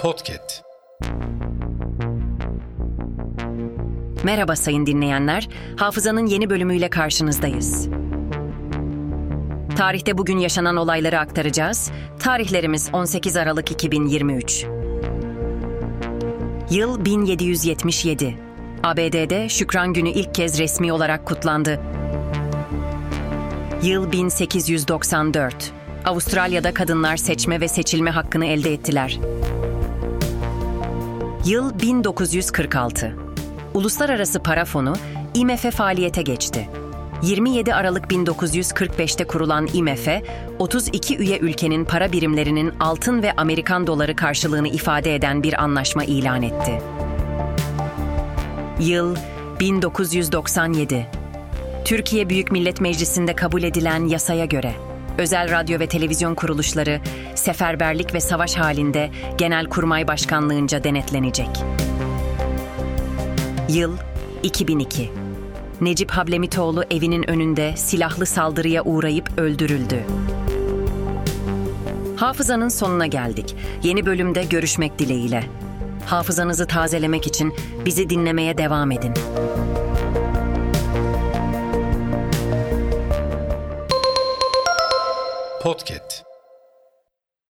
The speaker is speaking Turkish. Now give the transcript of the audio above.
Podcast. Merhaba sayın dinleyenler, Hafızanın yeni bölümüyle karşınızdayız. Tarihte bugün yaşanan olayları aktaracağız. Tarihlerimiz 18 Aralık 2023. Yıl 1777. ABD'de Şükran Günü ilk kez resmi olarak kutlandı. Yıl 1894. Avustralya'da kadınlar seçme ve seçilme hakkını elde ettiler. Yıl 1946. Uluslararası Para Fonu, IMF faaliyete geçti. 27 Aralık 1945'te kurulan IMF, 32 üye ülkenin para birimlerinin altın ve Amerikan doları karşılığını ifade eden bir anlaşma ilan etti. Yıl 1997. Türkiye Büyük Millet Meclisi'nde kabul edilen yasaya göre, özel radyo ve televizyon kuruluşları seferberlik ve savaş halinde Genelkurmay Başkanlığınca denetlenecek. Yıl 2002. Necip Hablemitoğlu evinin önünde silahlı saldırıya uğrayıp öldürüldü. Hafızanın sonuna geldik. Yeni bölümde görüşmek dileğiyle. Hafızanızı tazelemek için bizi dinlemeye devam edin. Podcast.